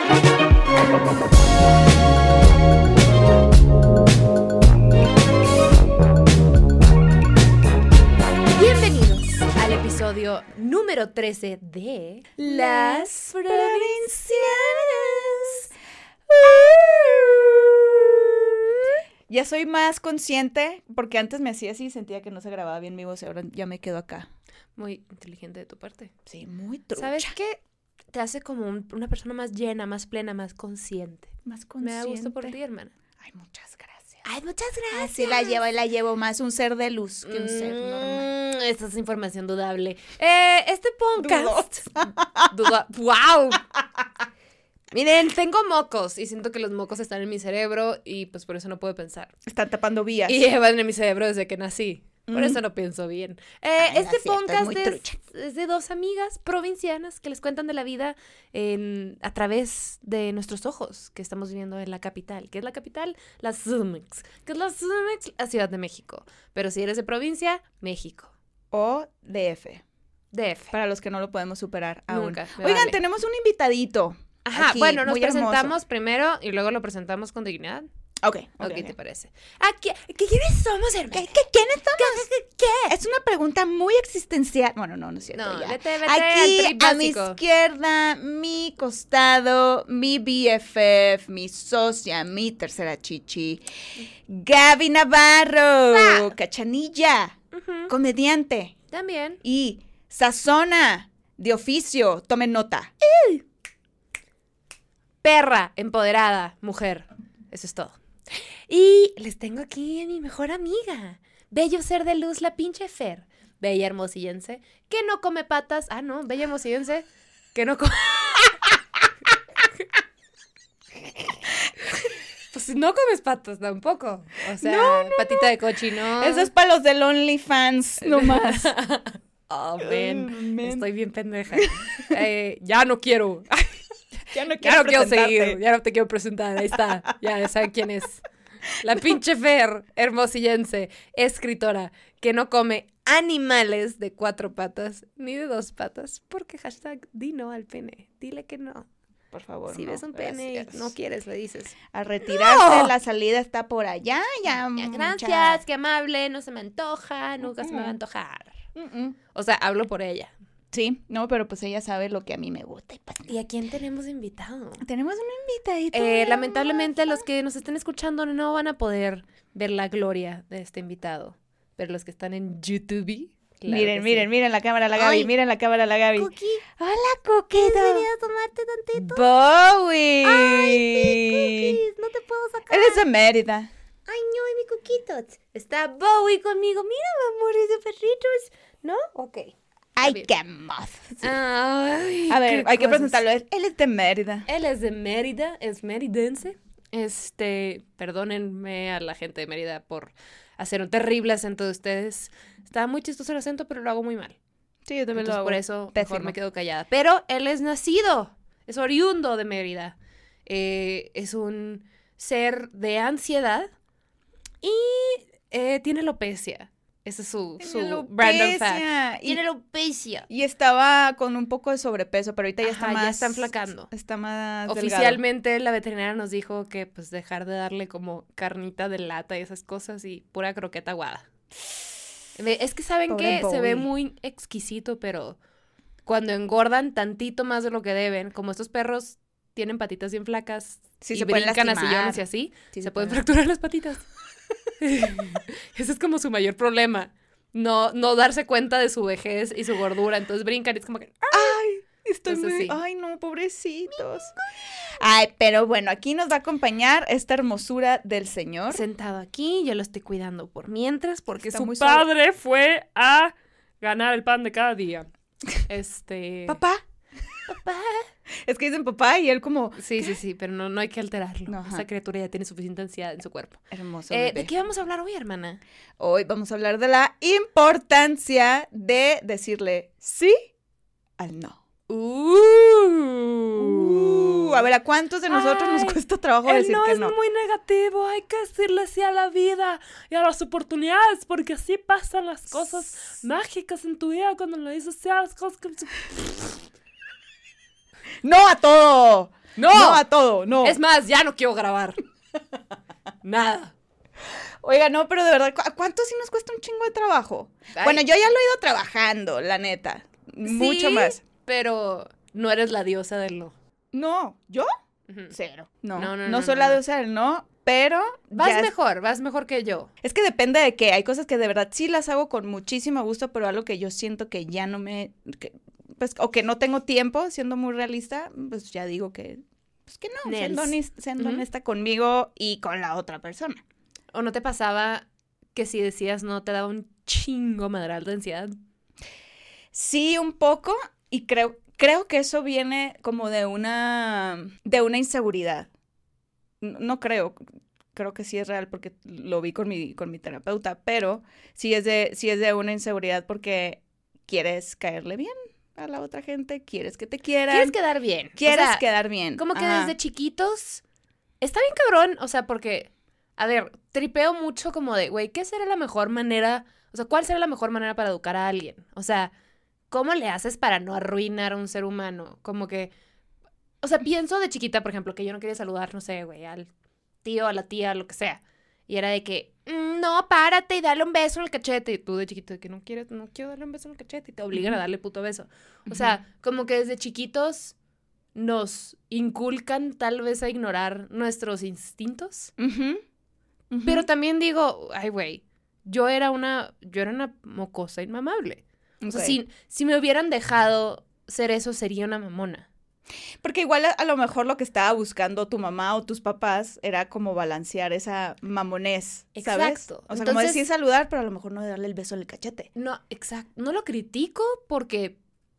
Bienvenidos al episodio número 13 de Las Provincianas. Ya soy más consciente, porque antes me hacía así y sentía que no se grababa bien mi voz y ahora ya me quedo acá. Muy inteligente de tu parte. Sí, muy trucha. ¿Sabes qué? Te hace como una persona más llena, más plena, más consciente. Más consciente. Me da gusto por ti, hermana. Ay, muchas gracias. Ay, muchas gracias. Así la llevo más un ser de luz que un ser normal. Esta es información dudable. Este podcast... ¡Wow! Miren, tengo mocos y siento que los mocos están en mi cerebro y pues por eso no puedo pensar. Están tapando vías. Y llevan en mi cerebro desde que nací. Por eso no pienso bien. Este podcast es de dos amigas provincianas que les cuentan de la vida a través de nuestros ojos que estamos viviendo en la capital. ¿Qué es la capital? La CDMX. ¿Qué es la CDMX? La Ciudad de México. Pero si eres de provincia, México. O DF. DF. Para los que no lo podemos superar aún. Nunca. Oigan, tenemos un invitadito. Ajá, aquí, bueno, nos muy presentamos hermoso. primero y luego lo presentamos con dignidad. Ok. ¿Qué te parece? ¿Quiénes somos, hermana? ¿Quiénes somos? ¿Qué? Es una pregunta muy existencial. Bueno, no es cierto. No, ya. vete Aquí, al trip a mi básico. izquierda, mi costado, mi BFF, mi socia, mi tercera chichi, Gaby Navarro, cachanilla, comediante También. y sazona de oficio. Tomen nota. Perra, empoderada, mujer. Eso es todo. Y les tengo aquí a mi mejor amiga. Bello ser de luz, la pinche Fer. Bella hermosillense, que no come patas. Ah, no, bella hermosillense, que no come... Pues no comes patas tampoco. O sea, patita de cochino. Eso es para los del OnlyFans nomás. Oh, man. Man. Estoy bien pendeja. Ya no quiero. Ya no Ya no quiero presentarte. seguir, ya no te quiero presentar, ahí está, ya saben quién es. La pinche Fer, hermosillense, escritora, que no come animales de 4 patas, ni de 2 patas, porque hashtag di no al pene, dile que no. Por favor, Si no, ves un pene gracias. y no quieres, le dices. A retirarse, ¡No! la salida está por allá, ya. Gracias, qué amable, no se me antoja, nunca se me va a antojar. O sea, hablo por ella. Sí, no, pero pues ella sabe lo que a mí me gusta. ¿Y a quién tenemos invitado? Tenemos un invitadito. Lamentablemente los que nos estén escuchando no van a poder ver la gloria de este invitado, pero los que están en YouTube, claro miren, que sí. miren la cámara la Gaby, Ay. miren la cámara la Gaby. Cookie, Hola, Coquito. ¿quieres venir a tomarte tantito? Bowie. Ay, sí, Cookies, no te puedo sacar. Eres de Mérida. Ay, no, y mi Coquito. Está Bowie conmigo. Mira, mi amor, es de perritos. ¿No? Ok. Ay, bien. qué mozo. Ay, A ver, qué hay que cosas. presentarlo. Él es de Mérida. Él es de Mérida, es meridense. Perdónenme a la gente de Mérida por hacer un terrible acento de ustedes. Está muy chistoso el acento, pero lo hago muy mal. Sí, yo también Entonces, lo hago. por eso Pésimo. mejor me quedo callada. Pero él es nacido, es oriundo de Mérida. Es un ser de ansiedad y tiene alopecia. Ese es su random fact. Tiene alopecia. Y estaba con un poco de sobrepeso, pero ahorita ya está Ajá, más... ya está enflacando. Está más delgado. Oficialmente la veterinaria nos dijo que pues dejar de darle como carnita de lata y esas cosas y pura croqueta aguada. Es que saben Pobre que se ve Bowie. muy exquisito, pero cuando engordan tantito más de lo que deben, como estos perros tienen patitas bien flacas Sí, y se pueden brincan a lastimar. sillones y así, Sí, se pueden fracturar las patitas. Ese es como su mayor problema. No darse cuenta de su vejez y su gordura. Entonces brincan y es como que... Ay, estoy Entonces, muy... sí. Ay, no, pobrecitos. Ay, pero bueno, aquí nos va a acompañar esta hermosura del señor. Sentado aquí, yo lo estoy cuidando por mientras, porque Está su muy padre fue a ganar el pan de cada día. Papá. Es que dicen papá y él como... Sí, pero no hay que alterarlo. No, ajá. Esa criatura ya tiene suficiente ansiedad en su cuerpo. Hermoso ¿De bebé. qué vamos a hablar hoy, hermana? Hoy vamos a hablar de la importancia de decirle sí al no. A ver, ¿a cuántos de nosotros nos cuesta trabajo decir que no? muy negativo, hay que decirle sí a la vida y a las oportunidades, porque así pasan las cosas mágicas en tu vida cuando le dices sí a las cosas que... ¡No a todo! ¡No! No a todo, no. Es más, ya no quiero grabar. Nada. Oiga, no, pero de verdad, ¿cuánto sí nos cuesta un chingo de trabajo? Ay. Bueno, yo ya lo he ido trabajando, la neta. Mucho Sí, más. Pero no eres la diosa del no. No, ¿yo? Ujú. Cero. No, No, no, no, no, soy no, la no. diosa del no, pero Vas mejor que yo. Es que depende de qué. Hay cosas que de verdad sí las hago con muchísimo gusto, pero algo que yo siento que ya no pues, o que no tengo tiempo, siendo muy realista, pues ya digo que, pues que no, siendo honesta conmigo y con la otra persona. ¿O no te pasaba que si decías no te daba un chingo madral de ansiedad? Sí, un poco, y creo que eso viene como de una inseguridad. No creo que sí es real porque lo vi con mi terapeuta, pero sí es de una inseguridad porque quieres caerle bien a la otra gente, quieres que te quieran. Quieres quedar bien. Quieres quedar bien. Como que Ajá. desde chiquitos está bien cabrón, o sea, porque, a ver, tripeo mucho como de, güey, ¿qué será la mejor manera? O sea, ¿cuál será la mejor manera para educar a alguien? O sea, ¿cómo le haces para no arruinar a un ser humano? Como que, o sea, pienso de chiquita, por ejemplo, que yo no quería saludar, no sé, güey, al tío, a la tía, lo que sea. Y era de que, no, párate y dale un beso en el cachete. Y tú de chiquito, de que no quiero darle un beso en el cachete. Y te obligan a darle puto beso. O sea, como que desde chiquitos nos inculcan tal vez a ignorar nuestros instintos. Pero también digo, ay, güey, yo era una mocosa inmamable. O sea, si me hubieran dejado ser eso, sería una mamona. Porque igual a lo mejor lo que estaba buscando tu mamá o tus papás era como balancear esa mamonés, ¿sabes? Exacto. O sea, como decir saludar, pero a lo mejor no darle el beso en el cachete. No, exacto. No lo critico porque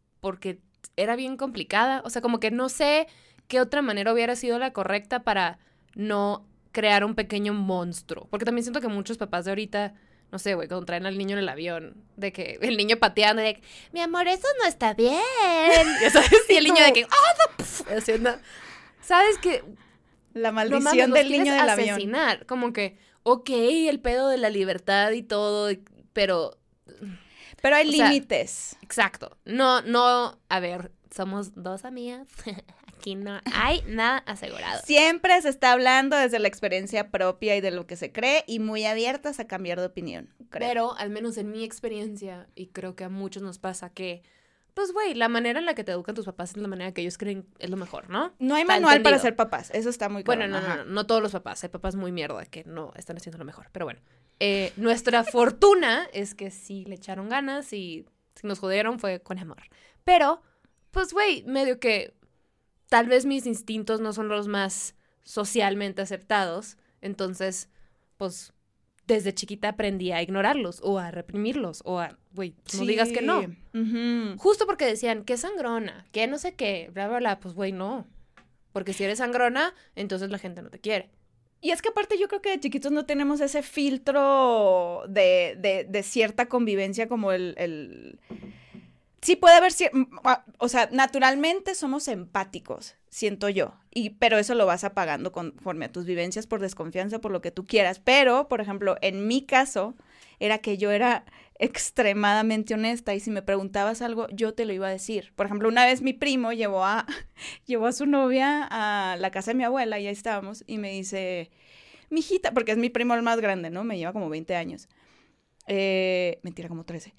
era bien complicada. O sea, como que no sé qué otra manera hubiera sido la correcta para no crear un pequeño monstruo. Porque también siento que muchos papás de ahorita, no sé, güey, cuando traen al niño en el avión, de que el niño pateando, de que, mi amor, eso no está bien. Ya sabes, y el niño de que, haciendo, ¿sabes qué? La maldición del niño del avión. Asesinar, como que, ok, el pedo de la libertad y todo, pero hay límites. Exacto. No, a ver, somos dos amigas. Aquí no hay nada asegurado. Siempre se está hablando desde la experiencia propia y de lo que se cree y muy abiertas a cambiar de opinión, creo. Pero al menos en mi experiencia, y creo que a muchos nos pasa que, pues, güey, la manera en la que te educan tus papás es la manera que ellos creen es lo mejor, ¿no? No hay manual para ser papás, eso está muy claro. Bueno, no todos los papás, hay papás muy mierda que no están haciendo lo mejor, pero bueno. Nuestra fortuna es que sí le echaron ganas y si nos jodieron fue con amor. Pero, pues, güey, medio que tal vez mis instintos no son los más socialmente aceptados, entonces, pues, desde chiquita aprendí a ignorarlos o a reprimirlos o a, güey, no digas que no. Justo porque decían, qué sangrona, que no sé qué, bla, bla, bla, pues, güey, no. Porque si eres sangrona, entonces la gente no te quiere. Y es que aparte yo creo que de chiquitos no tenemos ese filtro de cierta convivencia como el... Sí puede haber, o sea, naturalmente somos empáticos, siento yo, pero eso lo vas apagando conforme a tus vivencias por desconfianza, por lo que tú quieras. Pero, por ejemplo, en mi caso, era que yo era extremadamente honesta y si me preguntabas algo, yo te lo iba a decir. Por ejemplo, una vez mi primo llevó a su novia a la casa de mi abuela y ahí estábamos y me dice, mijita, porque es mi primo el más grande, ¿no? Me lleva como 20 años. Mentira, como 13.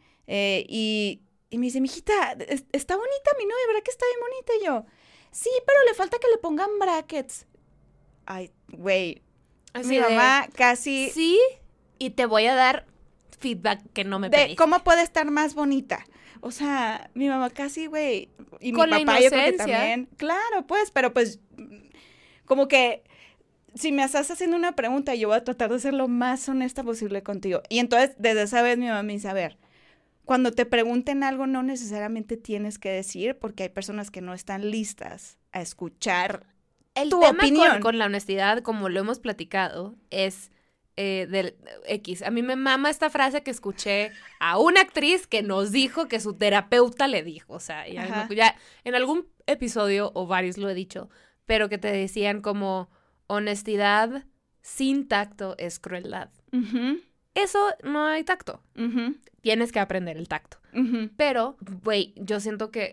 Y me dice, mijita, está bonita mi novia, ¿verdad que está bien bonita? Y yo, sí, pero le falta que le pongan brackets. Ay, güey, mi mamá casi... Sí, y te voy a dar feedback que no me pediste. ¿Cómo puede estar más bonita? O sea, mi mamá casi, güey, y con mi papá yo creo que también. Claro, pues, pero pues, como que si me estás haciendo una pregunta, yo voy a tratar de ser lo más honesta posible contigo. Y entonces, desde esa vez mi mamá me dice, a ver, cuando te pregunten algo, no necesariamente tienes que decir, porque hay personas que no están listas a escuchar tu opinión. Con la honestidad, como lo hemos platicado, es del X. A mí me mama esta frase que escuché a una actriz que nos dijo que su terapeuta le dijo. O sea, ya en algún episodio o varios lo he dicho, pero que te decían como honestidad sin tacto es crueldad. Eso no hay tacto. Tienes que aprender el tacto. Pero, güey, yo siento que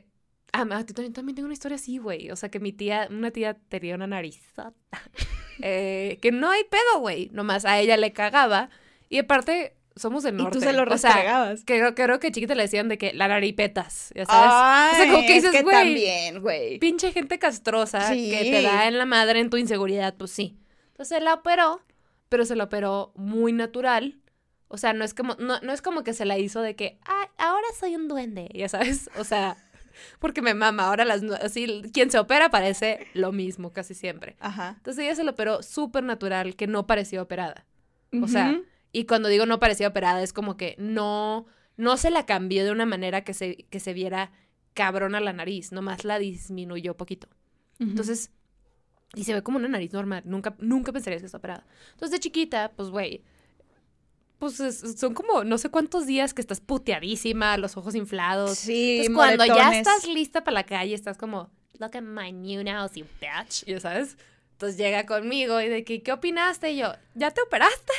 También tengo una historia así, güey. O sea, que una tía tenía una narizota. Que no hay pedo, güey. Nomás a ella le cagaba. Y aparte, somos del norte. Y tú se lo restregabas. O sea, creo que chiquita le decían de que la naripetas, ya sabes. Ay, o sea, como que dices, es que güey, también, güey. pinche gente castrosa Sí. que te da en la madre en tu inseguridad, pues sí. Entonces se la operó, pero se la operó muy natural. O sea, no es como que se la hizo de que, ay, ahora soy un duende, ya sabes. O sea, porque me mama. Ahora así, quien se opera parece lo mismo casi siempre. Ajá. Entonces ella se lo operó súper natural, que no parecía operada. O sea, y cuando digo no parecía operada, es como que no se la cambió de una manera que se viera cabrona la nariz, nomás la disminuyó poquito. Entonces, y se ve como una nariz normal, nunca pensarías que está operada. Entonces, de chiquita, pues, güey, pues son como no sé cuántos días que estás puteadísima, los ojos inflados. Sí, entonces, cuando ya estás lista para la calle, estás como, look at my new nose, you bitch, ya sabes. Entonces llega conmigo y de que, ¿qué opinaste? Y yo, ¿ya te operaste?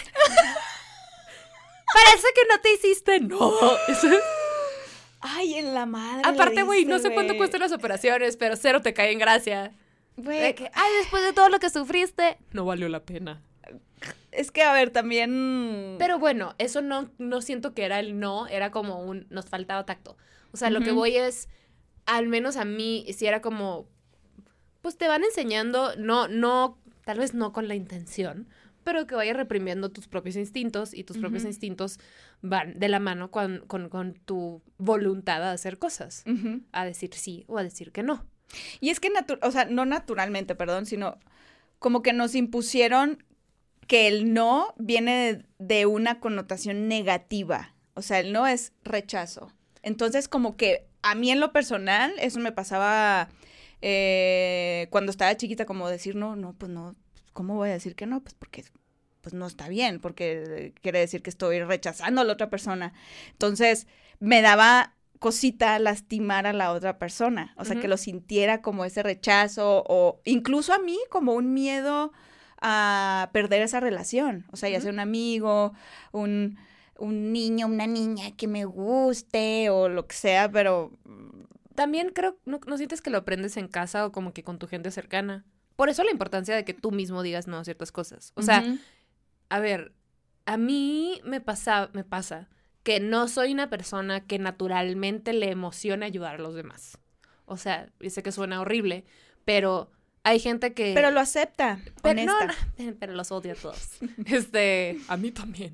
Parece que no te hiciste, no. Ay, en la madre. Aparte, güey, no sé cuánto cuestan las operaciones, pero cero te cae en gracia. Güey. De que, ay, después de todo lo que sufriste, no valió la pena. Es que, a ver, también... Pero bueno, eso no siento que era el no, era como nos faltaba tacto. O sea, lo que voy es, al menos a mí, si era como, pues te van enseñando, no, tal vez no con la intención, pero que vayas reprimiendo tus propios instintos y tus propios instintos van de la mano con tu voluntad a hacer cosas, a decir sí o a decir que no. Y es que, o sea, no naturalmente, perdón, sino como que nos impusieron que el no viene de una connotación negativa. O sea, el no es rechazo. Entonces, como que a mí en lo personal, eso me pasaba cuando estaba chiquita, como decir, no, pues no, ¿cómo voy a decir que no? Pues porque pues no está bien, porque quiere decir que estoy rechazando a la otra persona. Entonces, me daba cosita lastimar a la otra persona. O sea, que lo sintiera como ese rechazo o incluso a mí como un miedo a perder esa relación, o sea, ya sea un amigo, un niño, una niña que me guste o lo que sea, pero... También creo, ¿no sientes que lo aprendes en casa o como que con tu gente cercana? Por eso la importancia de que tú mismo digas no a ciertas cosas. O sea, a ver, a mí me pasa que no soy una persona que naturalmente le emociona ayudar a los demás. O sea, yo sé que suena horrible, pero... Hay gente que... Pero lo acepta, honesta. Pero los odio a todos. A mí también.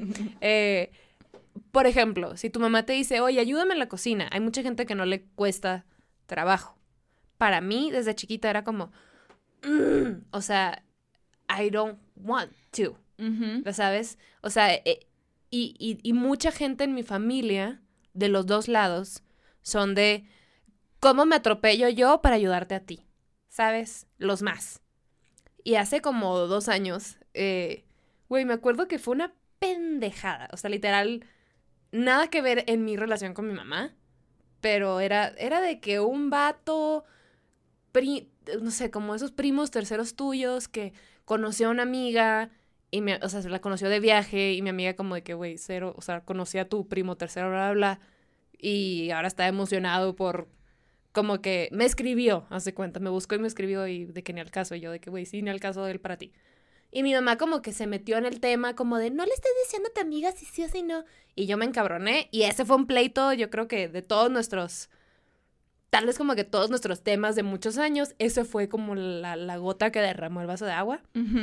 Por ejemplo, si tu mamá te dice, oye, ayúdame en la cocina, hay mucha gente que no le cuesta trabajo. Para mí, desde chiquita, era como... o sea, I don't want to. ¿Lo sabes? O sea, y mucha gente en mi familia, de los dos lados, son de... ¿Cómo me atropello yo para ayudarte a ti? ¿Sabes? Los más. Y hace como 2 años, güey, me acuerdo que fue una pendejada. O sea, literal, nada que ver en mi relación con mi mamá. Pero era de que un vato, no sé, como esos primos terceros tuyos que conoció a una amiga y o sea, se la conoció de viaje y mi amiga como de que, güey, cero, o sea, conocí a tu primo tercero, bla, bla, bla. Y ahora está emocionado por... Como que me escribió, hace cuenta, me buscó y me escribió y de que ni al caso, y yo de que, güey, sí, ni al caso de él para ti. Y mi mamá como que se metió en el tema, como de, no le estés diciendo a tu amiga si sí o si no. Y yo me encabroné, y ese fue un pleito, yo creo que de todos nuestros, tal vez como que todos nuestros temas de muchos años, ese fue como la gota que derramó el vaso de agua.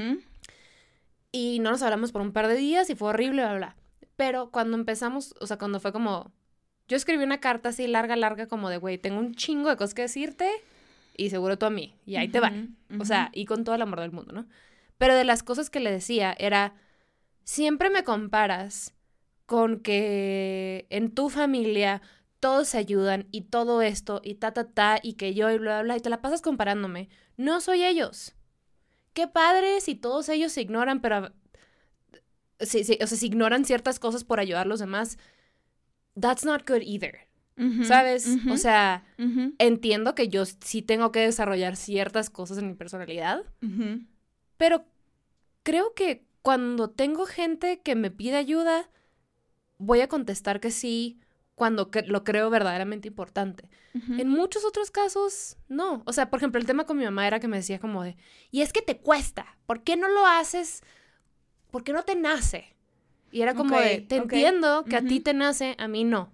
Y no nos hablamos por un par de días y fue horrible, bla, bla. Pero cuando empezamos, o sea, cuando fue como... Yo escribí una carta así larga, como de, güey, tengo un chingo de cosas que decirte y seguro tú a mí. Y ahí te van. O sea, y con todo el amor del mundo, ¿no? Pero de las cosas que le decía era, siempre me comparas con que en tu familia todos se ayudan y todo esto y y que yo y bla, bla, bla, y te la pasas comparándome. No soy ellos. Qué padre si todos ellos se ignoran, pero... Sí, o sea, si ignoran ciertas cosas por ayudar a los demás... That's not good either, ¿sabes? O sea, entiendo que yo sí tengo que desarrollar ciertas cosas en mi personalidad, pero creo que cuando tengo gente que me pide ayuda, voy a contestar que sí, cuando lo creo verdaderamente importante. En muchos otros casos, no. O sea, por ejemplo, el tema con mi mamá era que me decía como de, y es que te cuesta, ¿por qué no lo haces? ¿Por qué no te nace? Y era como de, te entiendo que a ti te nace, a mí no.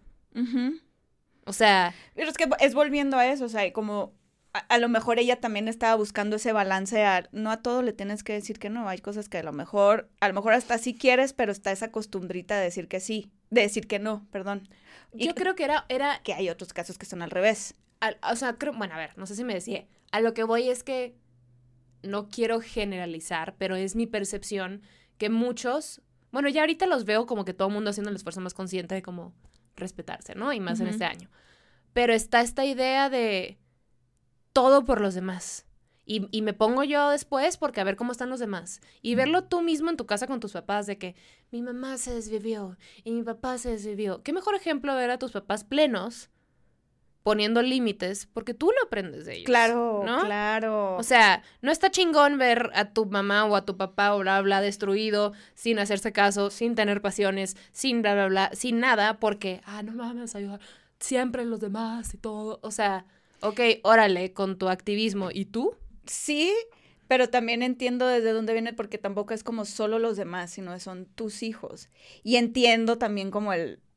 O sea... Pero es que es volviendo a eso, o sea, como a lo mejor ella también estaba buscando ese balance, no a todo le tienes que decir que no, hay cosas que a lo mejor hasta sí quieres, pero está esa costumbrita de decir que sí, de decir que no, perdón. Yo creo que era... Que hay otros casos que son al revés. O sea, bueno, a ver, no sé si me decía. A lo que voy es que no quiero generalizar, pero es mi percepción que muchos... Bueno, ya ahorita los veo como que todo el mundo haciendo el esfuerzo más consciente de cómo respetarse, ¿no? Y más en este año. Pero está esta idea de todo por los demás. Y me pongo yo después porque a ver cómo están los demás. Y verlo tú mismo en tu casa con tus papás de que mi mamá se desvivió y mi papá se desvivió. ¿Qué mejor ejemplo ver a tus papás plenos poniendo límites? Porque tú lo aprendes de ellos. Claro, ¿no? claro. O sea, no está chingón ver a tu mamá o a tu papá o bla, bla, destruido, sin hacerse caso, sin tener pasiones, sin bla, bla, bla, sin nada, porque, no mames, ayuda siempre los demás y todo. O sea, ok, órale, con tu activismo. ¿Y tú? Sí, pero también entiendo desde dónde viene, porque tampoco es como solo los demás, sino son tus hijos. Y entiendo también como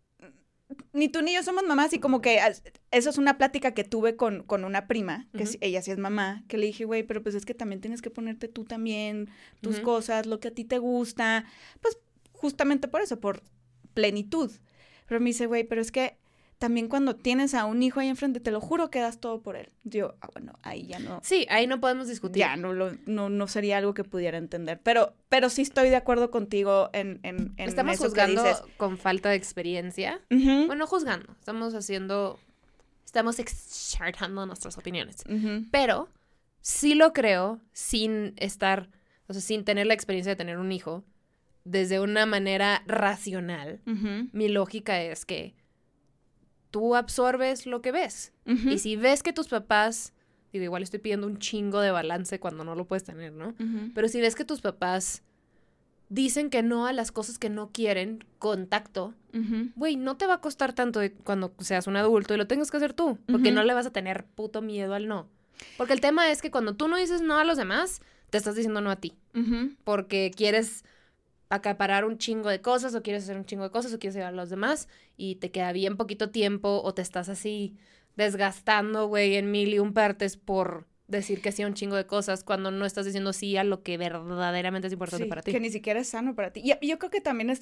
ni tú ni yo somos mamás, y como que eso es una plática que tuve con una prima, que ella sí es mamá, que le dije, güey, pero pues es que también tienes que ponerte tú también tus cosas, lo que a ti te gusta, pues justamente por eso, por plenitud. Pero me dice, güey, pero es que también cuando tienes a un hijo ahí enfrente, te lo juro que das todo por él. Yo, bueno, ahí ya no. Sí, ahí no podemos discutir. Ya no sería algo que pudiera entender. Pero sí estoy de acuerdo contigo en estamos eso juzgando que dices. Con falta de experiencia. Bueno, juzgando. Estamos exaltando nuestras opiniones. Pero sí lo creo sin tener la experiencia de tener un hijo, desde una manera racional. Mi lógica es que tú absorbes lo que ves. Y si ves que tus papás, digo, igual estoy pidiendo un chingo de balance cuando no lo puedes tener, ¿no? Pero si ves que tus papás dicen que no a las cosas que no quieren, contacto, güey, no te va a costar tanto cuando seas un adulto y lo tengas que hacer tú, porque no le vas a tener puto miedo al no. Porque el tema es que cuando tú no dices no a los demás, te estás diciendo no a ti. Porque quieres acaparar un chingo de cosas, o quieres hacer un chingo de cosas, o quieres ayudar a los demás, y te queda bien poquito tiempo, o te estás así desgastando, güey, en 1001 partes por decir que sí a un chingo de cosas, cuando no estás diciendo sí a lo que verdaderamente es importante para ti. Que ni siquiera es sano para ti. Y yo creo que también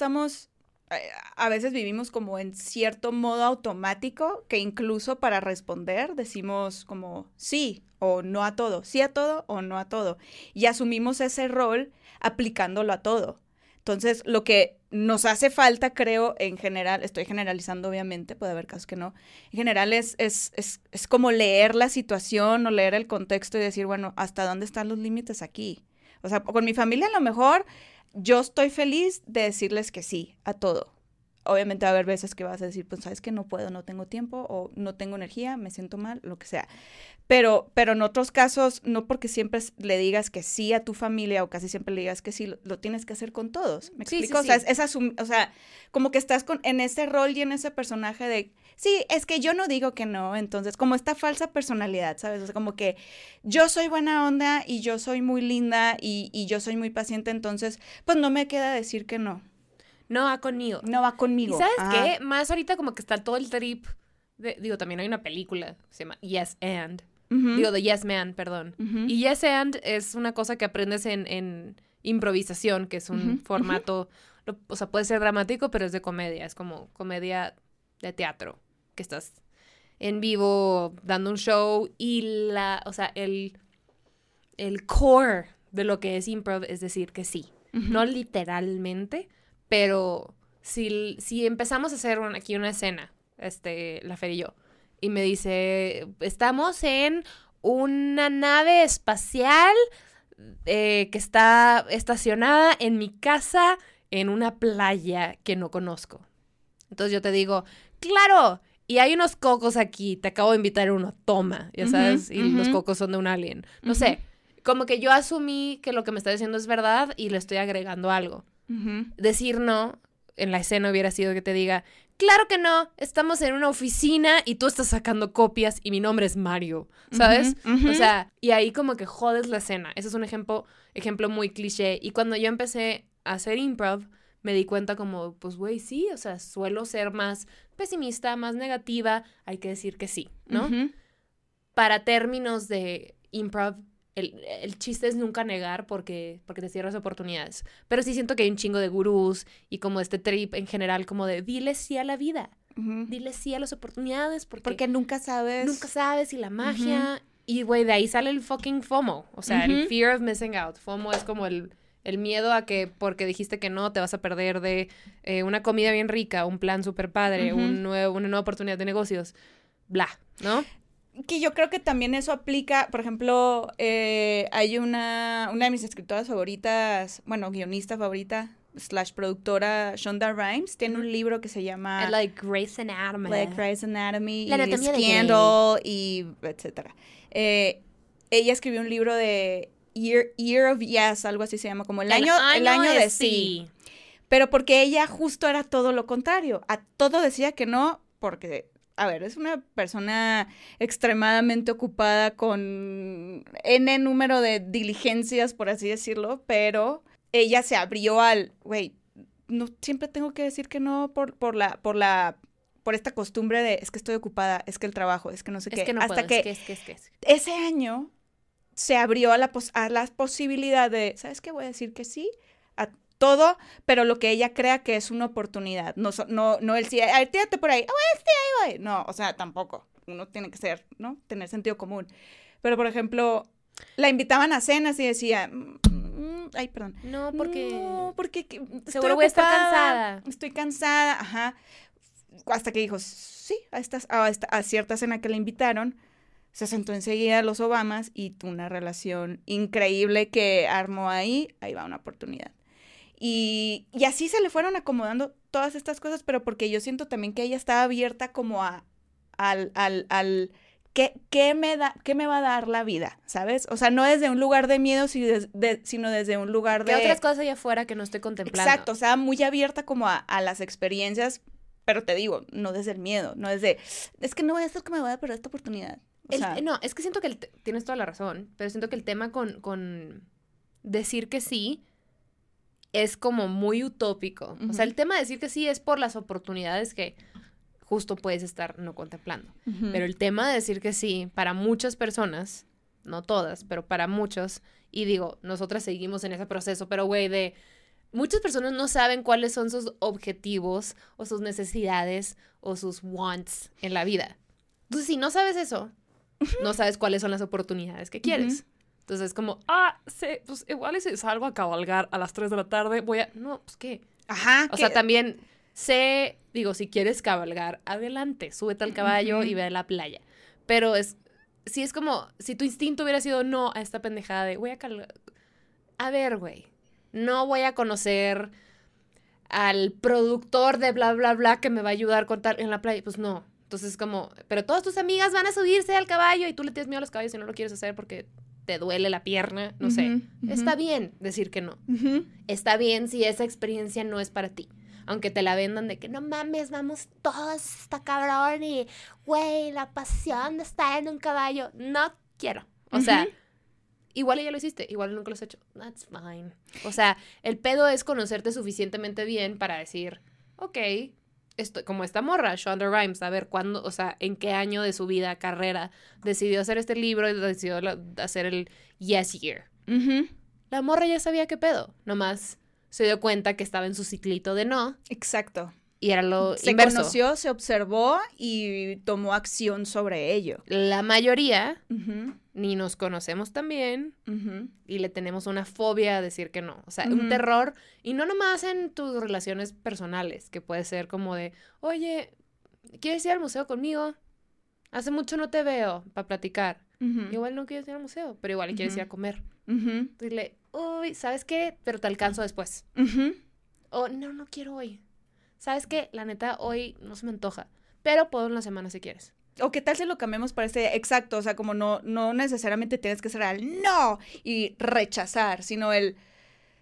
a veces vivimos como en cierto modo automático, que incluso para responder decimos como sí o no a todo, sí a todo o no a todo. Y asumimos ese rol aplicándolo a todo. Entonces, lo que nos hace falta, creo, en general, estoy generalizando obviamente, puede haber casos que no, en general es como leer la situación o leer el contexto y decir, bueno, ¿hasta dónde están los límites aquí? O sea, con mi familia a lo mejor yo estoy feliz de decirles que sí a todo. Obviamente va a haber veces que vas a decir, pues, ¿sabes qué? No puedo, no tengo tiempo, o no tengo energía, me siento mal, lo que sea. Pero en otros casos, no porque siempre le digas que sí a tu familia, o casi siempre le digas que sí, lo tienes que hacer con todos. ¿Me explico? Sí. O sea, como que estás en ese rol y en ese personaje de, sí, es que yo no digo que no. Entonces, como esta falsa personalidad, ¿sabes? O sea, como que yo soy buena onda y yo soy muy linda y yo soy muy paciente, entonces, pues no me queda decir que no. No va conmigo. No va conmigo. ¿Y sabes qué? Más ahorita como que está todo el trip también hay una película, se llama Yes and. The Yes Man, perdón. Y Yes and es una cosa que aprendes en improvisación, que es un formato, o sea, puede ser dramático, pero es de comedia. Es como comedia de teatro, que estás en vivo dando un show y el core de lo que es improv es decir que sí. No literalmente, pero si empezamos a hacer aquí una escena, la Fer y yo, y me dice, estamos en una nave espacial que está estacionada en mi casa en una playa que no conozco. Entonces yo te digo, ¡claro! Y hay unos cocos aquí, te acabo de invitar a uno, toma, ya sabes, y los cocos son de un alien. No sé, como que yo asumí que lo que me está diciendo es verdad y le estoy agregando algo. Decir no en la escena hubiera sido que te diga, claro que no, estamos en una oficina y tú estás sacando copias y mi nombre es Mario, ¿sabes? O sea, y ahí como que jodes la escena. Ese es un ejemplo muy cliché. Y cuando yo empecé a hacer improv, me di cuenta como, pues güey, sí, o sea, suelo ser más pesimista, más negativa, hay que decir que sí, ¿no? Para términos de improv, el chiste es nunca negar porque te cierras oportunidades. Pero sí siento que hay un chingo de gurús y como este trip en general como de dile sí a la vida, dile sí a las oportunidades porque nunca sabes. Nunca sabes y la magia. Y güey, de ahí sale el fucking FOMO, o sea, el fear of missing out. FOMO es como el miedo a que porque dijiste que no te vas a perder de una comida bien rica, un plan súper padre, una nueva oportunidad de negocios, bla, ¿no? Que yo creo que también eso aplica, por ejemplo, hay una de mis escritoras favoritas, bueno, guionista favorita, / productora, Shonda Rhimes, tiene un libro que se llama... Like Grey's Anatomy. Like Grey's Anatomy, La anatomía de Scandal, y etcétera. Ella escribió un libro de Year of Yes, algo así se llama, como el año de sí. Pero porque ella justo era todo lo contrario, a todo decía que no, porque... A ver, es una persona extremadamente ocupada con N número de diligencias, por así decirlo, pero ella se abrió al, güey, no siempre tengo que decir que no por esta costumbre de, es que estoy ocupada, es que el trabajo, es que no sé qué. Es que no hasta puedo, que es que. Ese año se abrió a la posibilidad de, ¿sabes qué? Voy a decir que sí a todo, pero lo que ella crea que es una oportunidad. No el sí, a ver, tírate por ahí. Sí, ahí voy. No, o sea, tampoco. Uno tiene que ser, ¿no? Tener sentido común. Pero, por ejemplo, la invitaban a cenas y decía, ay, perdón. No, porque seguro voy a estar cansada. Estoy cansada, ajá. Hasta que dijo, sí, a cierta cena que le invitaron, se sentó enseguida a los Obamas y tuvo una relación increíble que armó ahí va una oportunidad. Y así se le fueron acomodando todas estas cosas, pero porque yo siento también que ella estaba abierta como al ¿qué me va a dar la vida? ¿Sabes? O sea, no desde un lugar de miedo, sino desde un lugar de... ¿Qué otras cosas hay afuera que no estoy contemplando? Exacto, o sea, muy abierta como a las experiencias, pero te digo, no desde el miedo, no desde, es que no voy a hacer que me vaya a perder esta oportunidad. No, es que siento que tienes toda la razón, pero siento que el tema con decir que sí es como muy utópico. O sea, el tema de decir que sí es por las oportunidades que justo puedes estar no contemplando. Pero el tema de decir que sí, para muchas personas, no todas, pero para muchos, y digo, nosotras seguimos en ese proceso, pero güey, muchas personas no saben cuáles son sus objetivos o sus necesidades o sus wants en la vida. Entonces, si no sabes eso, no sabes cuáles son las oportunidades que quieres. Entonces es como, sí, pues igual y si salgo a cabalgar a las 3 de la tarde, no, pues ¿qué? Ajá. O sea, también si quieres cabalgar, adelante, súbete al caballo y ve a la playa. Pero es como, si tu instinto hubiera sido no a esta pendejada de, voy a cabalgar. A ver, güey, no voy a conocer al productor de bla, bla, bla que me va a ayudar con tal en la playa. Pues no. Entonces es como, pero todas tus amigas van a subirse al caballo y tú le tienes miedo a los caballos y no lo quieres hacer porque te duele la pierna, no sé. Está bien decir que no. Está bien si esa experiencia no es para ti. Aunque te la vendan de que no mames, vamos todos, está cabrón y, güey, la pasión de estar en un caballo. No quiero. O sea, igual ya lo hiciste, igual nunca lo has hecho. That's fine. O sea, el pedo es conocerte suficientemente bien para decir, ok, como esta morra, Shonda Rhimes, a ver cuándo, o sea, en qué año de su vida, carrera, decidió hacer este libro y decidió hacer el Yes Year. La morra ya sabía qué pedo, nomás se dio cuenta que estaba en su ciclito de no. Exacto. Y era lo se inverso. Se conoció, se observó y tomó acción sobre ello. La mayoría ni nos conocemos tan bien y le tenemos una fobia a decir que no. O sea, un terror, y no nomás en tus relaciones personales, que puede ser como de, oye, ¿quieres ir al museo conmigo? Hace mucho no te veo para platicar. Igual no quieres ir al museo, pero igual quieres ir a comer. Dile, uy, ¿sabes qué? Pero te alcanzo después. O, no quiero hoy. ¿Sabes qué? La neta, hoy no se me antoja, pero puedo en la semana si quieres. O qué tal si lo cambiamos para exacto, o sea, como no necesariamente tienes que ser al no y rechazar, sino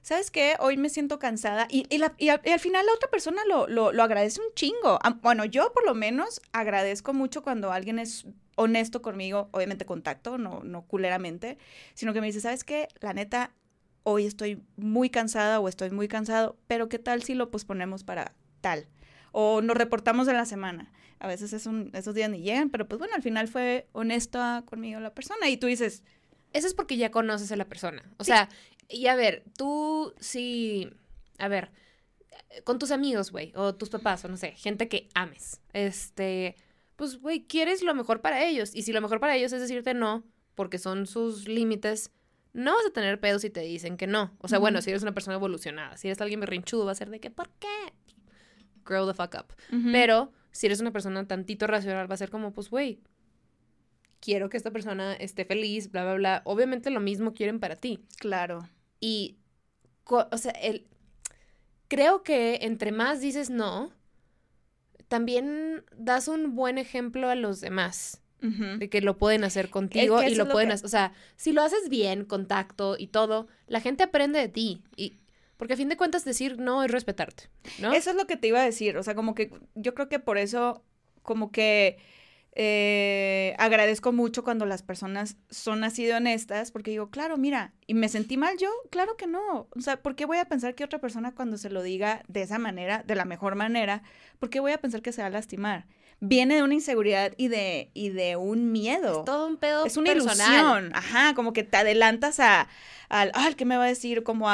¿sabes qué? Hoy me siento cansada. Y al final la otra persona lo agradece un chingo. Bueno, yo por lo menos agradezco mucho cuando alguien es honesto conmigo, obviamente con tacto, no culeramente, sino que me dice, ¿sabes qué? La neta, hoy estoy muy cansada o estoy muy cansado, pero ¿qué tal si lo posponemos para tal? O nos reportamos de la semana. A veces esos días ni llegan, pero pues bueno, al final fue honesta conmigo la persona. Y tú dices... Eso es porque ya conoces a la persona. O sea, y a ver, tú sí... A ver, con tus amigos, güey, o tus papás, o no sé, gente que ames. Pues, güey, quieres lo mejor para ellos. Y si lo mejor para ellos es decirte no, porque son sus límites, no vas a tener pedos si te dicen que no. O sea, bueno, si eres una persona evolucionada, si eres alguien berrinchudo, va a ser de que, ¿por qué? Grow the fuck up. Pero si eres una persona tantito racional, va a ser como, pues, güey, quiero que esta persona esté feliz, bla, bla, bla. Obviamente lo mismo quieren para ti. Claro. Y, o sea, creo que entre más dices no, también das un buen ejemplo a los demás. De que lo pueden hacer contigo y lo pueden hacer. O sea, si lo haces bien, con tacto y todo, la gente aprende de ti. Porque a fin de cuentas decir no es respetarte, ¿no? Eso es lo que te iba a decir. O sea, como que yo creo que por eso, como que agradezco mucho cuando las personas son así de honestas, porque digo, claro, mira, ¿y me sentí mal yo? Claro que no. O sea, ¿por qué voy a pensar que otra persona cuando se lo diga de esa manera, de la mejor manera, por qué voy a pensar que se va a lastimar? Viene de una inseguridad y de un miedo. Es todo un pedo es una personal. Ilusión. Ajá, como que te adelantas al ¿qué me va a decir? Como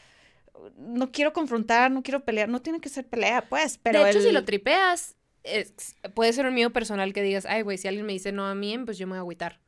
no quiero confrontar, no quiero pelear. No tiene que ser pelea, pues, pero de hecho, si lo tripeas, puede ser un miedo personal que digas, ay, güey, si alguien me dice no a mí, pues yo me voy a agüitar.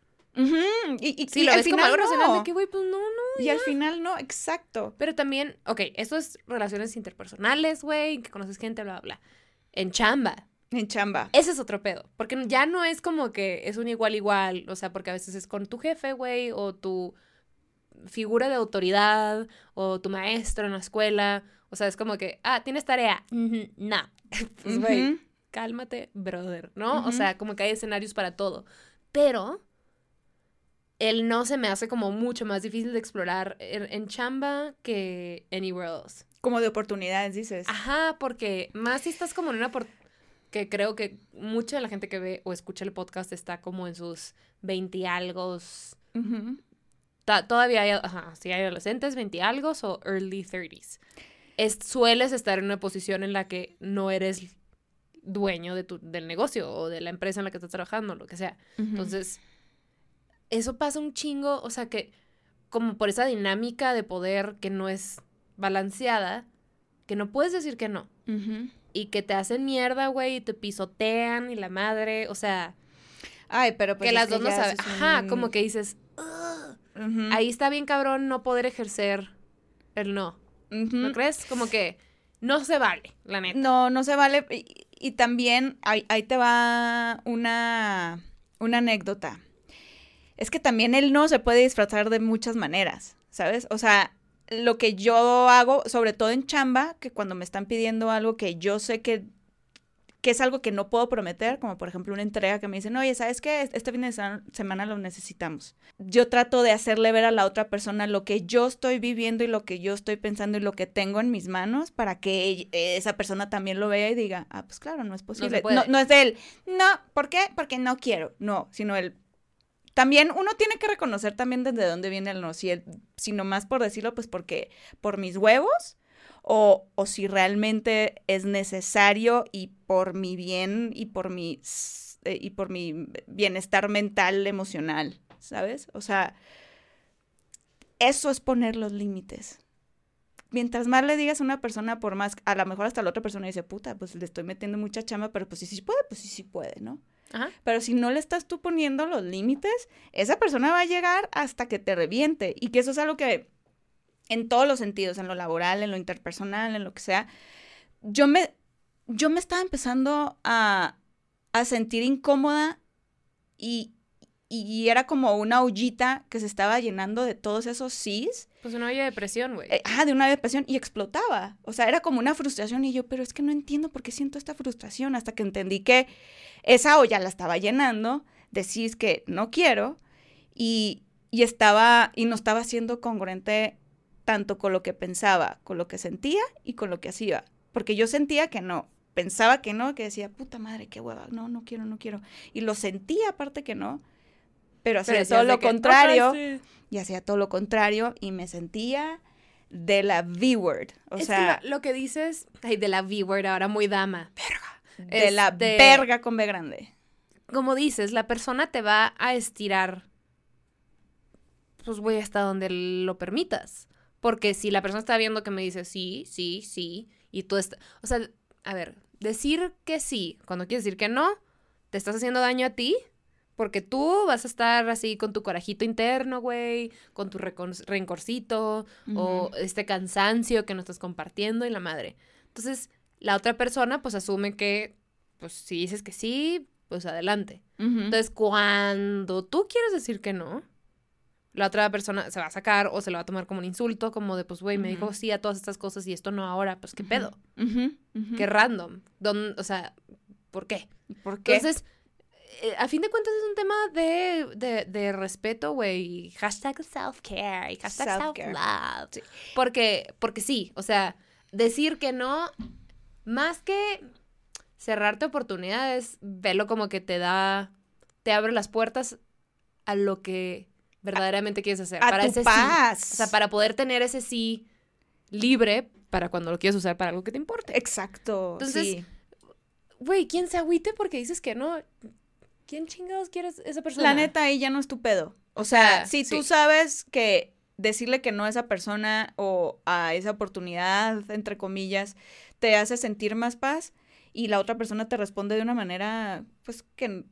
Y lo al ves final como algo no. racional de que, güey, pues no. Y al final no, exacto. Pero también, esto es relaciones interpersonales, güey, que conoces gente, bla, bla, bla. En chamba. Ese es otro pedo. Porque ya no es como que es un igual, o sea, porque a veces es con tu jefe, güey, o tu figura de autoridad, o tu maestro en la escuela. O sea, es como que, ¿tienes tarea? No. Pues, güey, cálmate, brother, ¿no? O sea, como que hay escenarios para todo. Pero el no se me hace como mucho más difícil de explorar en chamba que anywhere else. Como de oportunidades, dices. Ajá, porque más si estás como en una que creo que mucha de la gente que ve o escucha el podcast está como en sus 20 y algo. Todavía hay, sí hay adolescentes, 20 y algo o early 30s. Sueles estar en una posición en la que no eres dueño del negocio o de la empresa en la que estás trabajando, lo que sea. Entonces, eso pasa un chingo, o sea, que como por esa dinámica de poder que no es balanceada, que no puedes decir que no. Y que te hacen mierda, güey, y te pisotean y la madre, o sea... Ay, pero pues que las dos no saben. Ajá, como que dices... Ahí está bien cabrón no poder ejercer el no. ¿No crees? Como que no se vale, la neta. No se vale. Y también, ahí te va una anécdota. Es que también el no se puede disfrazar de muchas maneras, ¿sabes? O sea, lo que yo hago, sobre todo en chamba, que cuando me están pidiendo algo que yo sé que es algo que no puedo prometer, como por ejemplo una entrega que me dicen, oye, ¿sabes qué? Este fin de semana lo necesitamos. Yo trato de hacerle ver a la otra persona lo que yo estoy viviendo y lo que yo estoy pensando y lo que tengo en mis manos para que esa persona también lo vea y diga, pues claro, no es posible. No es de él, no, ¿por qué? Porque no quiero. No, sino él. También uno tiene que reconocer también desde dónde viene el no, si nomás por decirlo, pues porque por mis huevos, o si realmente es necesario y por mi bien y por mi bienestar mental, emocional, ¿sabes? O sea, eso es poner los límites. Mientras más le digas a una persona, por más, a lo mejor hasta la otra persona dice, puta, pues le estoy metiendo mucha chamba, pero pues sí puede, ¿no? Ajá. Pero si no le estás tú poniendo los límites, esa persona va a llegar hasta que te reviente. Y que eso es algo que, en todos los sentidos, en lo laboral, en lo interpersonal, en lo que sea, yo me estaba empezando a sentir incómoda y era como una ollita que se estaba llenando de todos esos sís. Pues una olla de presión, güey. De una olla de presión y explotaba. O sea, era como una frustración y yo, pero es que no entiendo por qué siento esta frustración hasta que entendí que esa olla la estaba llenando de sís que no quiero y no estaba siendo congruente tanto con lo que pensaba, con lo que sentía y con lo que hacía. Porque yo sentía que no, pensaba que no, que decía, puta madre, qué hueva, no quiero. Y lo sentía aparte que no, pero hacía todo lo contrario. Y hacía todo lo contrario y me sentía de la V-word. O sea, que lo que dices, ay, de la V-word, ahora muy dama. Verga. De la verga con B grande. Como dices, la persona te va a estirar, pues güey, hasta donde lo permitas. Porque si la persona está viendo que me dice sí, y tú estás, o sea, a ver, decir que sí, cuando quieres decir que no, te estás haciendo daño a ti, porque tú vas a estar así con tu corajito interno, güey, con tu rencorcito, o este cansancio que no estás compartiendo y la madre. Entonces, la otra persona, pues, asume que, pues, si dices que sí, pues, adelante. Entonces, cuando tú quieres decir que no, la otra persona se va a sacar o se lo va a tomar como un insulto, como de, pues, güey, me dijo sí a todas estas cosas y esto no ahora, pues, ¿qué pedo? Qué random. O sea, ¿por qué? ¿Por qué? Entonces, a fin de cuentas es un tema de respeto, güey. Hashtag self-care y hashtag self-love. Sí. Porque sí, o sea, decir que no, más que cerrarte oportunidades, velo como que te abre las puertas a lo que verdaderamente quieres hacer. Para tu paz. Sí, o sea, para poder tener ese sí libre para cuando lo quieres usar para algo que te importe. Exacto. Entonces, güey, ¿quién se agüite porque dices que no? ¿Quién chingados quieres esa persona? La neta, ahí ya no es tu pedo. O sea, si tú sabes que decirle que no a esa persona o a esa oportunidad, entre comillas, te hace sentir más paz y la otra persona te responde de una manera, pues, que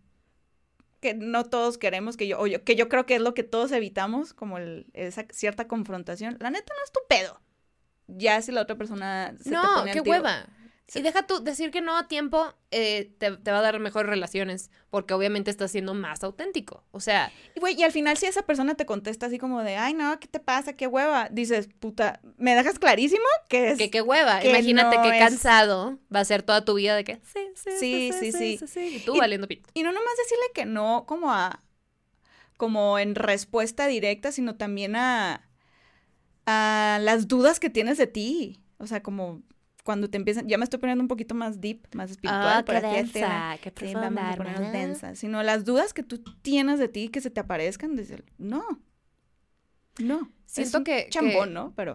no todos queremos, que yo creo que es lo que todos evitamos, como esa cierta confrontación. La neta no es tu pedo. Ya si la otra persona se te pone qué hueva. Y deja tú decir que no a tiempo, te va a dar mejores relaciones, porque obviamente estás siendo más auténtico. O sea... Y al final si esa persona te contesta así como de, ay, no, ¿qué te pasa? ¿Qué hueva? Dices, puta, ¿me dejas clarísimo? Que es... qué hueva. Que imagínate no qué cansado va a ser toda tu vida de que sí. Y tú valiendo pito. Y no nomás decirle que no como en respuesta directa, sino también a las dudas que tienes de ti. O sea, como... cuando te empiezan, ya me estoy poniendo un poquito más deep, más espiritual. Qué densa, qué profunda. Sí, vamos a ponernos densa. Sino las dudas que tú tienes de ti, que se te aparezcan, dices, no. Siento que... chambón, ¿no? Pero...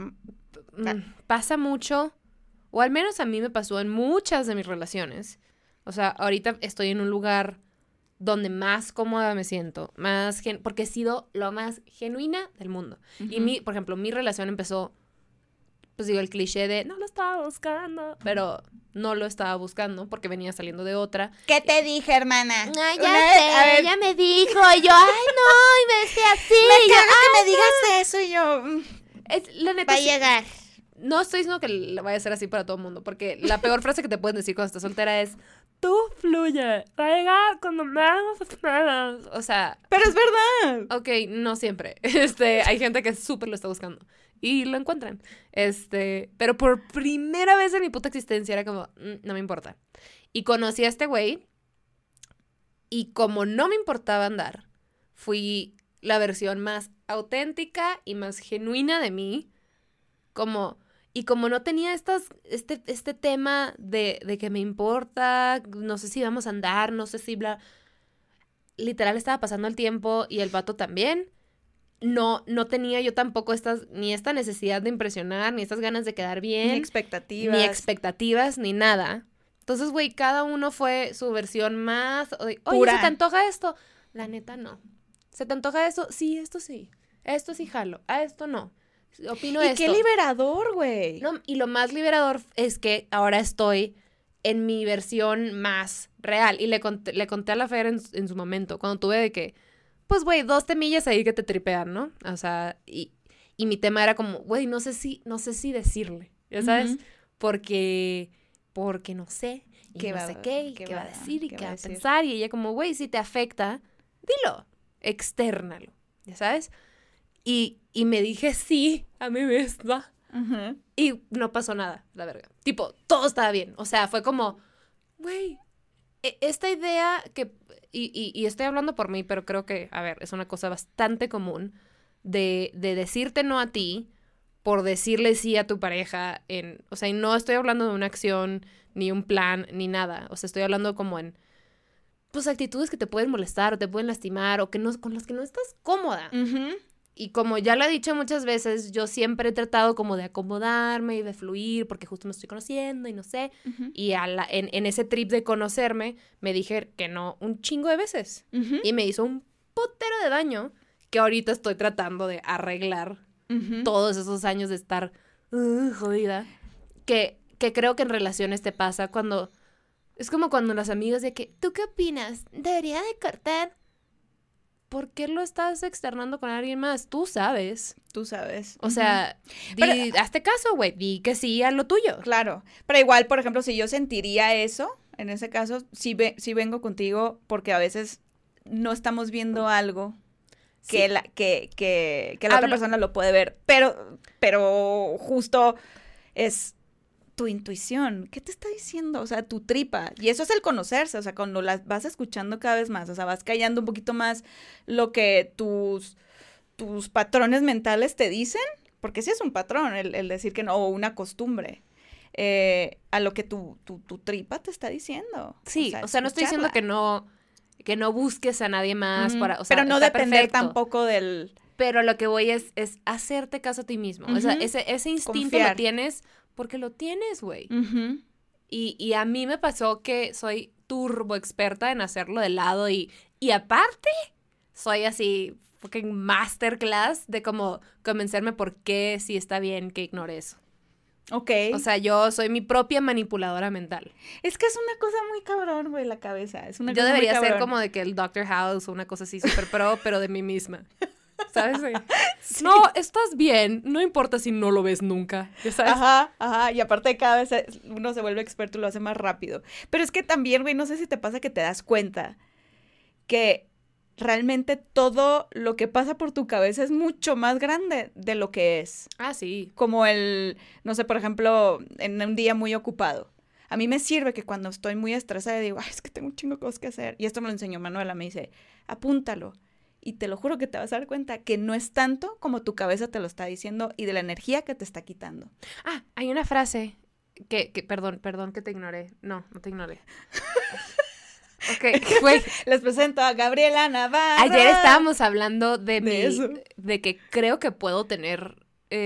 pasa mucho, o al menos a mí me pasó en muchas de mis relaciones. O sea, ahorita estoy en un lugar donde más cómoda me siento, porque he sido lo más genuina del mundo. Y por ejemplo, mi relación empezó... pues digo, el cliché de no lo estaba buscando, pero no lo estaba buscando porque venía saliendo de otra. ¿Qué te dije, hermana? Ay, ella me dijo, y yo, ay, no, y me decía así. Me caga que me digas eso, y yo... la neta, va a llegar. No estoy diciendo que le vaya a ser así para todo el mundo, porque la peor frase que te pueden decir cuando estás soltera es, tú fluye, va a llegar cuando menos esperas. O sea... pero es verdad. Ok, no siempre. Hay gente que súper lo está buscando. Y lo encuentran. Pero por primera vez en mi puta existencia era como, no me importa. Y conocí a este güey. Y como no me importaba andar, fui la versión más auténtica y más genuina de mí. Y como no tenía este tema de que me importa, no sé si vamos a andar, no sé si bla... Literal estaba pasando el tiempo y el vato también. No tenía yo tampoco ni esta necesidad de impresionar, ni estas ganas de quedar bien. Ni expectativas, ni nada. Entonces, güey, cada uno fue su versión más... Oye, pura. ¿se te antoja esto? La neta, no. ¿Se te antoja esto? Sí, esto sí. Esto sí jalo. A esto no. Opino esto. Y qué liberador, güey. No, y lo más liberador es que ahora estoy en mi versión más real. Y le conté a la Fer en su momento, cuando tuve de que... pues, güey, 2 temillas ahí que te tripean, ¿no? O sea, y mi tema era como, güey, no sé si decirle, ¿ya sabes? Porque no sé, y no sé qué, y qué va a decir, y qué va a pensar. Y ella como, güey, si te afecta, dilo, externalo, ¿ya sabes? Y me dije sí a mi misma. Y no pasó nada, la verga. Tipo, todo estaba bien. O sea, fue como, güey, esta idea que... Y estoy hablando por mí, pero creo que, a ver, es una cosa bastante común de decirte no a ti por decirle sí a tu pareja o sea, y no estoy hablando de una acción, ni un plan, ni nada. O sea, estoy hablando como en, pues, actitudes que te pueden molestar o te pueden lastimar o que no, con las que no estás cómoda. Uh-huh. Y como ya lo he dicho muchas veces, yo siempre he tratado como de acomodarme y de fluir porque justo me estoy conociendo y no sé. Uh-huh. Y en ese trip de conocerme, me dije que no un chingo de veces. Uh-huh. Y me hizo un putero de daño que ahorita estoy tratando de arreglar todos esos años de estar jodida. Que creo que en relaciones te pasa cuando... Es como cuando las amigas de que, ¿tú qué opinas? ¿Debería de cortar? ¿Por qué lo estás externando con alguien más? Tú sabes. Tú sabes. O sea, hazte caso, güey. Di que sí a lo tuyo. Claro. Pero igual, por ejemplo, si yo sentiría eso, en ese caso, sí vengo contigo porque a veces no estamos viendo algo que la otra persona lo puede ver. Pero justo es tu intuición. ¿Qué te está diciendo? O sea, tu tripa. Y eso es el conocerse. O sea, cuando las vas escuchando cada vez más, o sea, vas callando un poquito más lo que tus patrones mentales te dicen, porque sí es un patrón el decir que no, o una costumbre, a lo que tu tripa te está diciendo. Sí, o sea no estoy diciendo que no busques a nadie más para, o sea, pero no depender tampoco del... Pero lo que voy es hacerte caso a ti mismo. O sea, ese instinto Confiar. Lo tienes porque lo tienes, güey. Y a mí me pasó que soy turbo experta en hacerlo de lado y aparte soy así fucking masterclass de como convencerme por qué sí está bien que ignore eso. Ok. O sea, yo soy mi propia manipuladora mental. Es que es una cosa muy cabrón, güey, la cabeza. Es una yo cosa debería muy cabrón. ser como de que el Dr. House o una cosa así súper pro, pero de mí misma. ¿Sabes? Sí. No, estás bien. No importa si no lo ves nunca. ¿Ya sabes? Ajá. Y aparte cada vez uno se vuelve experto y lo hace más rápido. Pero es que también, güey, no sé si te pasa que te das cuenta que realmente todo lo que pasa por tu cabeza es mucho más grande de lo que es. Ah, sí. Como no sé, por ejemplo, en un día muy ocupado. A mí me sirve que cuando estoy muy estresada digo, es que tengo un chingo de cosas que hacer. Y esto me lo enseñó Manuela, me dice, apúntalo. Y te lo juro que te vas a dar cuenta que no es tanto como tu cabeza te lo está diciendo y de la energía que te está quitando. Ah, hay una frase que perdón que te ignoré. No te ignoré. Ok, güey. Les presento a Gabriela Navarro. Ayer estábamos hablando de que creo que puedo tener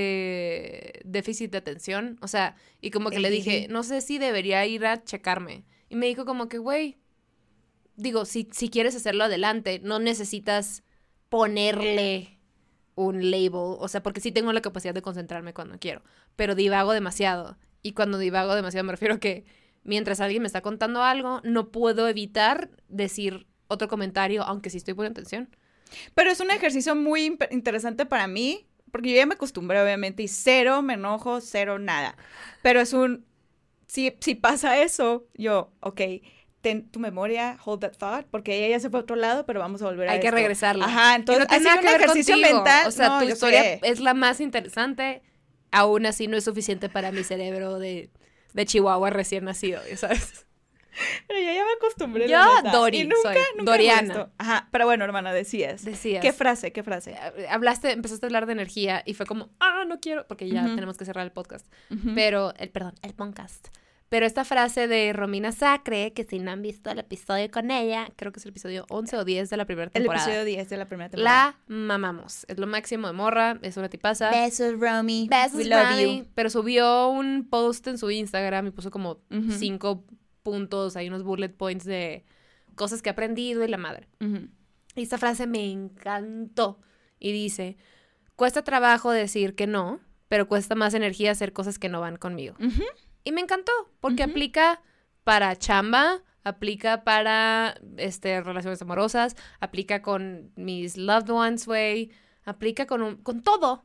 déficit de atención. O sea, y como que le dije, no sé si debería ir a checarme. Y me dijo como que, güey, digo, si quieres hacerlo adelante, no necesitas ponerle un label, o sea, porque sí tengo la capacidad de concentrarme cuando quiero, pero divago demasiado, y cuando divago demasiado me refiero a que mientras alguien me está contando algo, no puedo evitar decir otro comentario, aunque sí estoy poniendo atención. Pero es un ejercicio muy interesante para mí, porque yo ya me acostumbré, obviamente, y cero me enojo, cero nada, pero es si pasa eso, yo, ten tu memoria, hold that thought, porque ella ya se fue a otro lado, pero vamos a volver a Hay que regresarla. Ajá, entonces no es un ejercicio mental. O sea, tu historia es la más interesante, aún así no es suficiente para mi cerebro de Chihuahua recién nacido, ¿sabes? Pero yo ya me acostumbré. Yo, Dori, y nunca Doriana. Ajá, pero bueno, hermana, decías. ¿Qué frase? Empezaste a hablar de energía y fue como, no quiero, porque ya tenemos que cerrar el podcast. Pero, el podcast. Pero esta frase de Romina Sacre, que si no han visto el episodio con ella, creo que es el episodio 11 o 10 de la primera temporada. El episodio 10 de la primera temporada. La mamamos. Es lo máximo de morra, es una tipaza. Besos, Romy. Besos, we love you. Pero subió un post en su Instagram y puso como 5 puntos, hay unos bullet points de cosas que he aprendido y la madre. Y esta frase me encantó. Y dice, cuesta trabajo decir que no, pero cuesta más energía hacer cosas que no van conmigo. Y me encantó, porque aplica para chamba, aplica para relaciones amorosas, aplica con mis loved ones, güey, aplica con todo,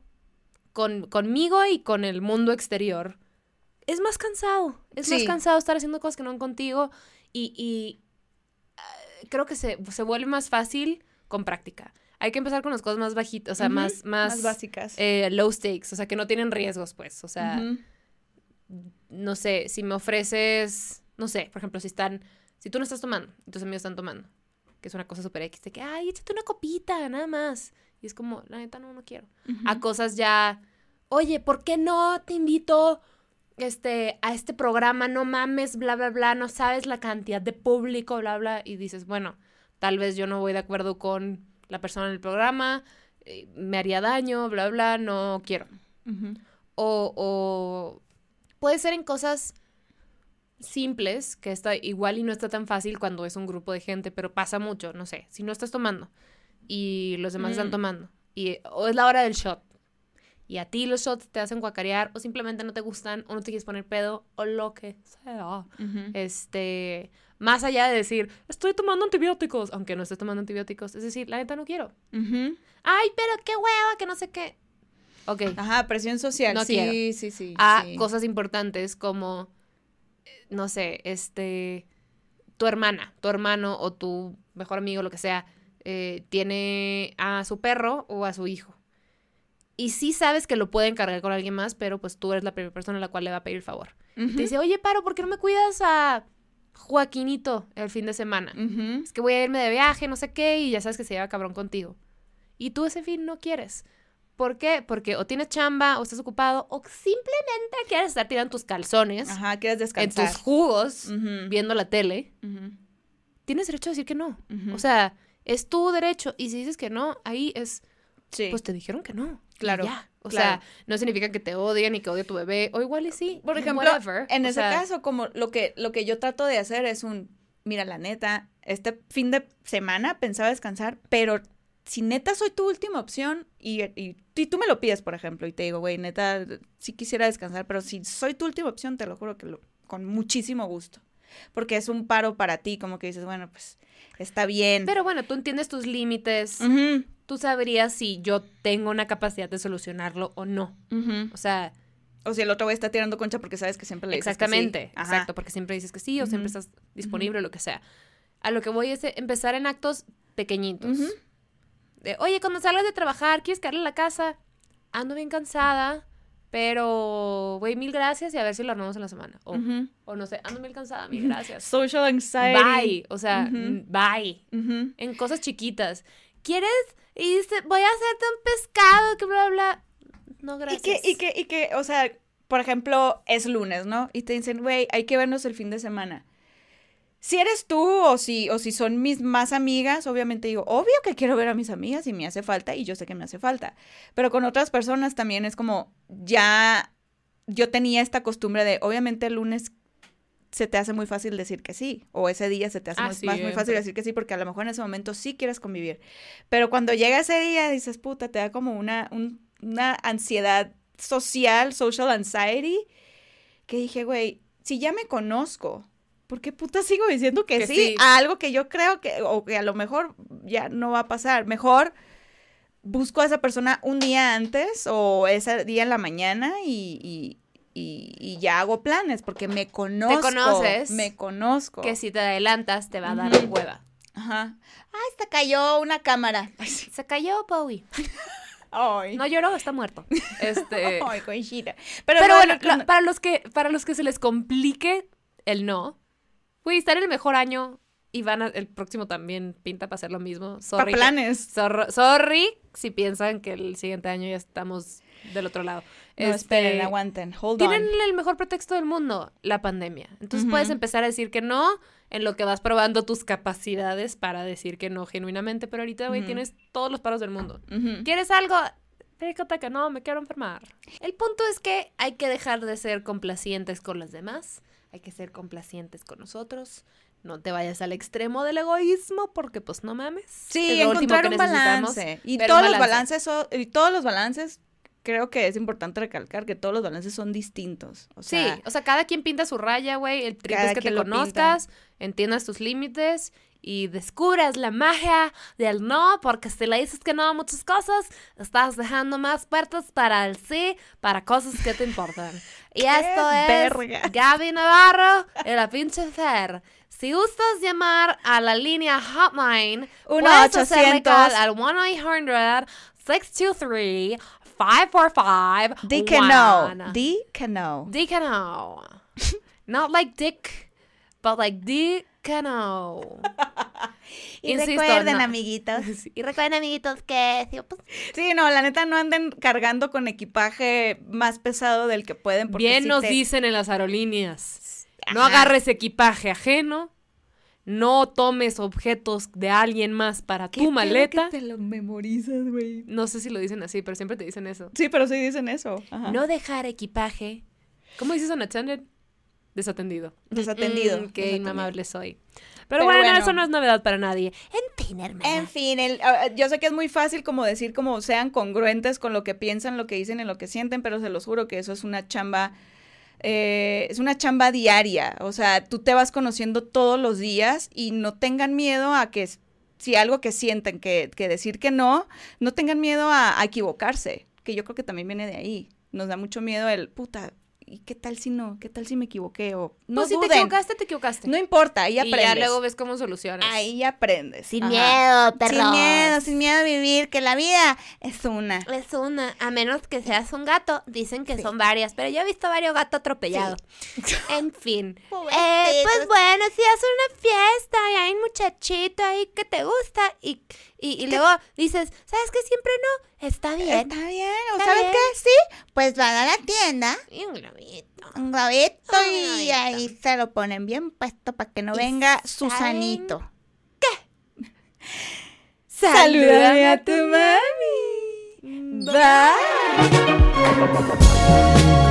conmigo y con el mundo exterior. Es más cansado, más cansado estar haciendo cosas que no van contigo y creo que se vuelve más fácil con práctica. Hay que empezar con las cosas más bajitas, o sea, más básicas. Low stakes, o sea, que no tienen riesgos, pues, o sea... No sé, si me ofreces, no sé, por ejemplo, si tú no estás tomando y tus amigos están tomando, que es una cosa súper X, de que, échate una copita, nada más. Y es como, la neta, no quiero. A cosas ya oye, ¿por qué no te invito a este programa? No mames, bla, bla, bla, no sabes la cantidad de público, bla, bla. Y dices, bueno, tal vez yo no voy de acuerdo con la persona en el programa, me haría daño, bla, bla, no quiero. Uh-huh. O puede ser en cosas simples, que está igual y no está tan fácil cuando es un grupo de gente, pero pasa mucho, no sé, si no estás tomando y los demás están tomando, o es la hora del shot, y a ti los shots te hacen guacarear, o simplemente no te gustan, o no te quieres poner pedo, o lo que sea. Uh-huh. Más allá de decir, estoy tomando antibióticos, aunque no estés tomando antibióticos, es decir, la neta no quiero. Uh-huh. Ay, pero qué hueva, que no sé qué. Ok. Ajá, presión social. No sí, quiero. Sí. Cosas importantes como, no sé, tu hermana, tu hermano o tu mejor amigo, lo que sea, tiene a su perro o a su hijo. Y sí sabes que lo pueden cargar con alguien más, pero pues tú eres la primera persona a la cual le va a pedir el favor. Uh-huh. Te dice, oye, Paro, ¿por qué no me cuidas a Joaquinito el fin de semana? Uh-huh. Es que voy a irme de viaje, no sé qué, y ya sabes que se lleva cabrón contigo. Y tú ese fin no quieres. ¿Por qué? Porque o tienes chamba, o estás ocupado, o simplemente quieres estar tirando tus calzones. Ajá, quieres descansar. En tus jugos, uh-huh. viendo la tele. Uh-huh. Tienes derecho a decir que no. Uh-huh. O sea, es tu derecho. Y si dices que no, ahí es... Sí. Pues te dijeron que no. Claro. Ya. O sea, no significa que te odien ni que odie a tu bebé. O igual y sí. Por ejemplo, en ese caso, como lo que yo trato de hacer es mira, la neta, este fin de semana pensaba descansar, pero si neta soy tu última opción y tú me lo pides, por ejemplo, y te digo, güey, neta, sí quisiera descansar, pero si soy tu última opción, te lo juro que con muchísimo gusto. Porque es un paro para ti, como que dices, bueno, pues, está bien. Pero bueno, tú entiendes tus límites. Uh-huh. Tú sabrías si yo tengo una capacidad de solucionarlo o no. Uh-huh. O sea... O si el otro güey está tirando concha porque sabes que siempre le dices que sí. Exactamente, exacto, porque siempre dices que sí o siempre estás disponible o lo que sea. A lo que voy es empezar en actos pequeñitos. Uh-huh. Oye, cuando salgas de trabajar, ¿quieres quedarle a la casa? Ando bien cansada, pero, güey, 1000 gracias y a ver si lo armamos en la semana. O no sé, ando bien cansada, 1000 gracias. Social anxiety. Bye, o sea, bye. Uh-huh. En cosas chiquitas. ¿Quieres? Y dice, voy a hacerte un pescado, que bla, bla. No, gracias. Y que, o sea, por ejemplo, es lunes, ¿no? Y te dicen, güey, hay que vernos el fin de semana. Si eres tú o si son mis más amigas, obviamente digo, obvio que quiero ver a mis amigas y me hace falta y yo sé que me hace falta. Pero con otras personas también es como, ya yo tenía esta costumbre de, obviamente el lunes se te hace muy fácil decir que sí, o ese día se te hace muy fácil decir que sí, porque a lo mejor en ese momento sí quieres convivir. Pero cuando llega ese día dices, puta, te da como una ansiedad social anxiety, que dije, güey, si ya me conozco, ¿por qué puta sigo diciendo que sí a algo que yo creo o que a lo mejor ya no va a pasar? Mejor busco a esa persona un día antes o ese día en la mañana y ya hago planes porque me conozco. Te conoces. Me conozco. Que si te adelantas te va a dar hueva. Ajá. Ay, se cayó una cámara. Ay, sí. Se cayó Bowie. Ay. No lloró, está muerto. Ay, coincida. Pero bueno, para los que se les complique el no, güey, estar en el mejor año y el próximo también pinta para hacer lo mismo. Sorry. Para planes. Sorry si piensan que el siguiente año ya estamos del otro lado. No, esperen, aguanten, hold on. Tienen el mejor pretexto del mundo, la pandemia. Entonces puedes empezar a decir que no en lo que vas probando tus capacidades para decir que no genuinamente, pero ahorita, güey, tienes todos los paros del mundo. ¿Quieres algo? Fíjate que no, me quiero enfermar. El punto es que hay que dejar de ser complacientes con los demás, hay que ser complacientes con nosotros. No te vayas al extremo del egoísmo porque, pues, no mames. Sí, encontrar un balance. Y todos los balances, creo que es importante recalcar que todos los balances son distintos. O sea, sí, o sea, cada quien pinta su raya, güey. El trip es que te conozcas, entiendas tus límites y descubras la magia del no, porque si le dices que no a muchas cosas, estás dejando más puertas para el sí, para cosas que te importan. Y esto es Gaby Navarro y la pinche Fer. Si gustas llamar a la línea hotline, 1-800 al 1-800-623-545. D-Cano. D-Cano. Not like dick, but like D-Cano. que no. Recuerden, amiguitos. Y recuerden, amiguitos, que... Sí, no, la neta, no anden cargando con equipaje más pesado del que pueden. Porque bien nos dicen en las aerolíneas. No agarres equipaje ajeno. No tomes objetos de alguien más para tu maleta. ¿Qué te lo memorizas, güey? No sé si lo dicen así, pero siempre te dicen eso. Sí, pero sí dicen eso. Ajá. No dejar equipaje. ¿Cómo dices unattended? Desatendido. Qué inmamable soy. Pero bueno, eso no es novedad para nadie. En fin, hermana. En fin, yo sé que es muy fácil como decir como sean congruentes con lo que piensan, lo que dicen y lo que sienten, pero se los juro que eso es una chamba... es una chamba diaria, o sea, tú te vas conociendo todos los días y no tengan miedo a que si algo que sienten que decir que no tengan miedo a equivocarse, que yo creo que también viene de ahí. Nos da mucho miedo el, puta, ¿y qué tal si no? ¿Qué tal si me equivoqué? O no pues si duden. te equivocaste. No importa, ahí aprendes. Y ya luego ves cómo solucionas. Ahí aprendes. Sin miedo, perros. Sin miedo a vivir, que la vida es una. Es una, a menos que seas un gato, dicen que son varias, pero yo he visto varios gatos atropellados. Sí. En fin. Pues bueno, si haces una fiesta y hay un muchachito ahí que te gusta y luego dices, ¿sabes qué? Siempre no, está bien. Está bien, ¿o sabes qué? Sí, pues van a la tienda. Y un globito. Un globito y ahí se lo ponen bien puesto para que no venga Susanito. ¿Qué? Salúdame a tu mami. Bye.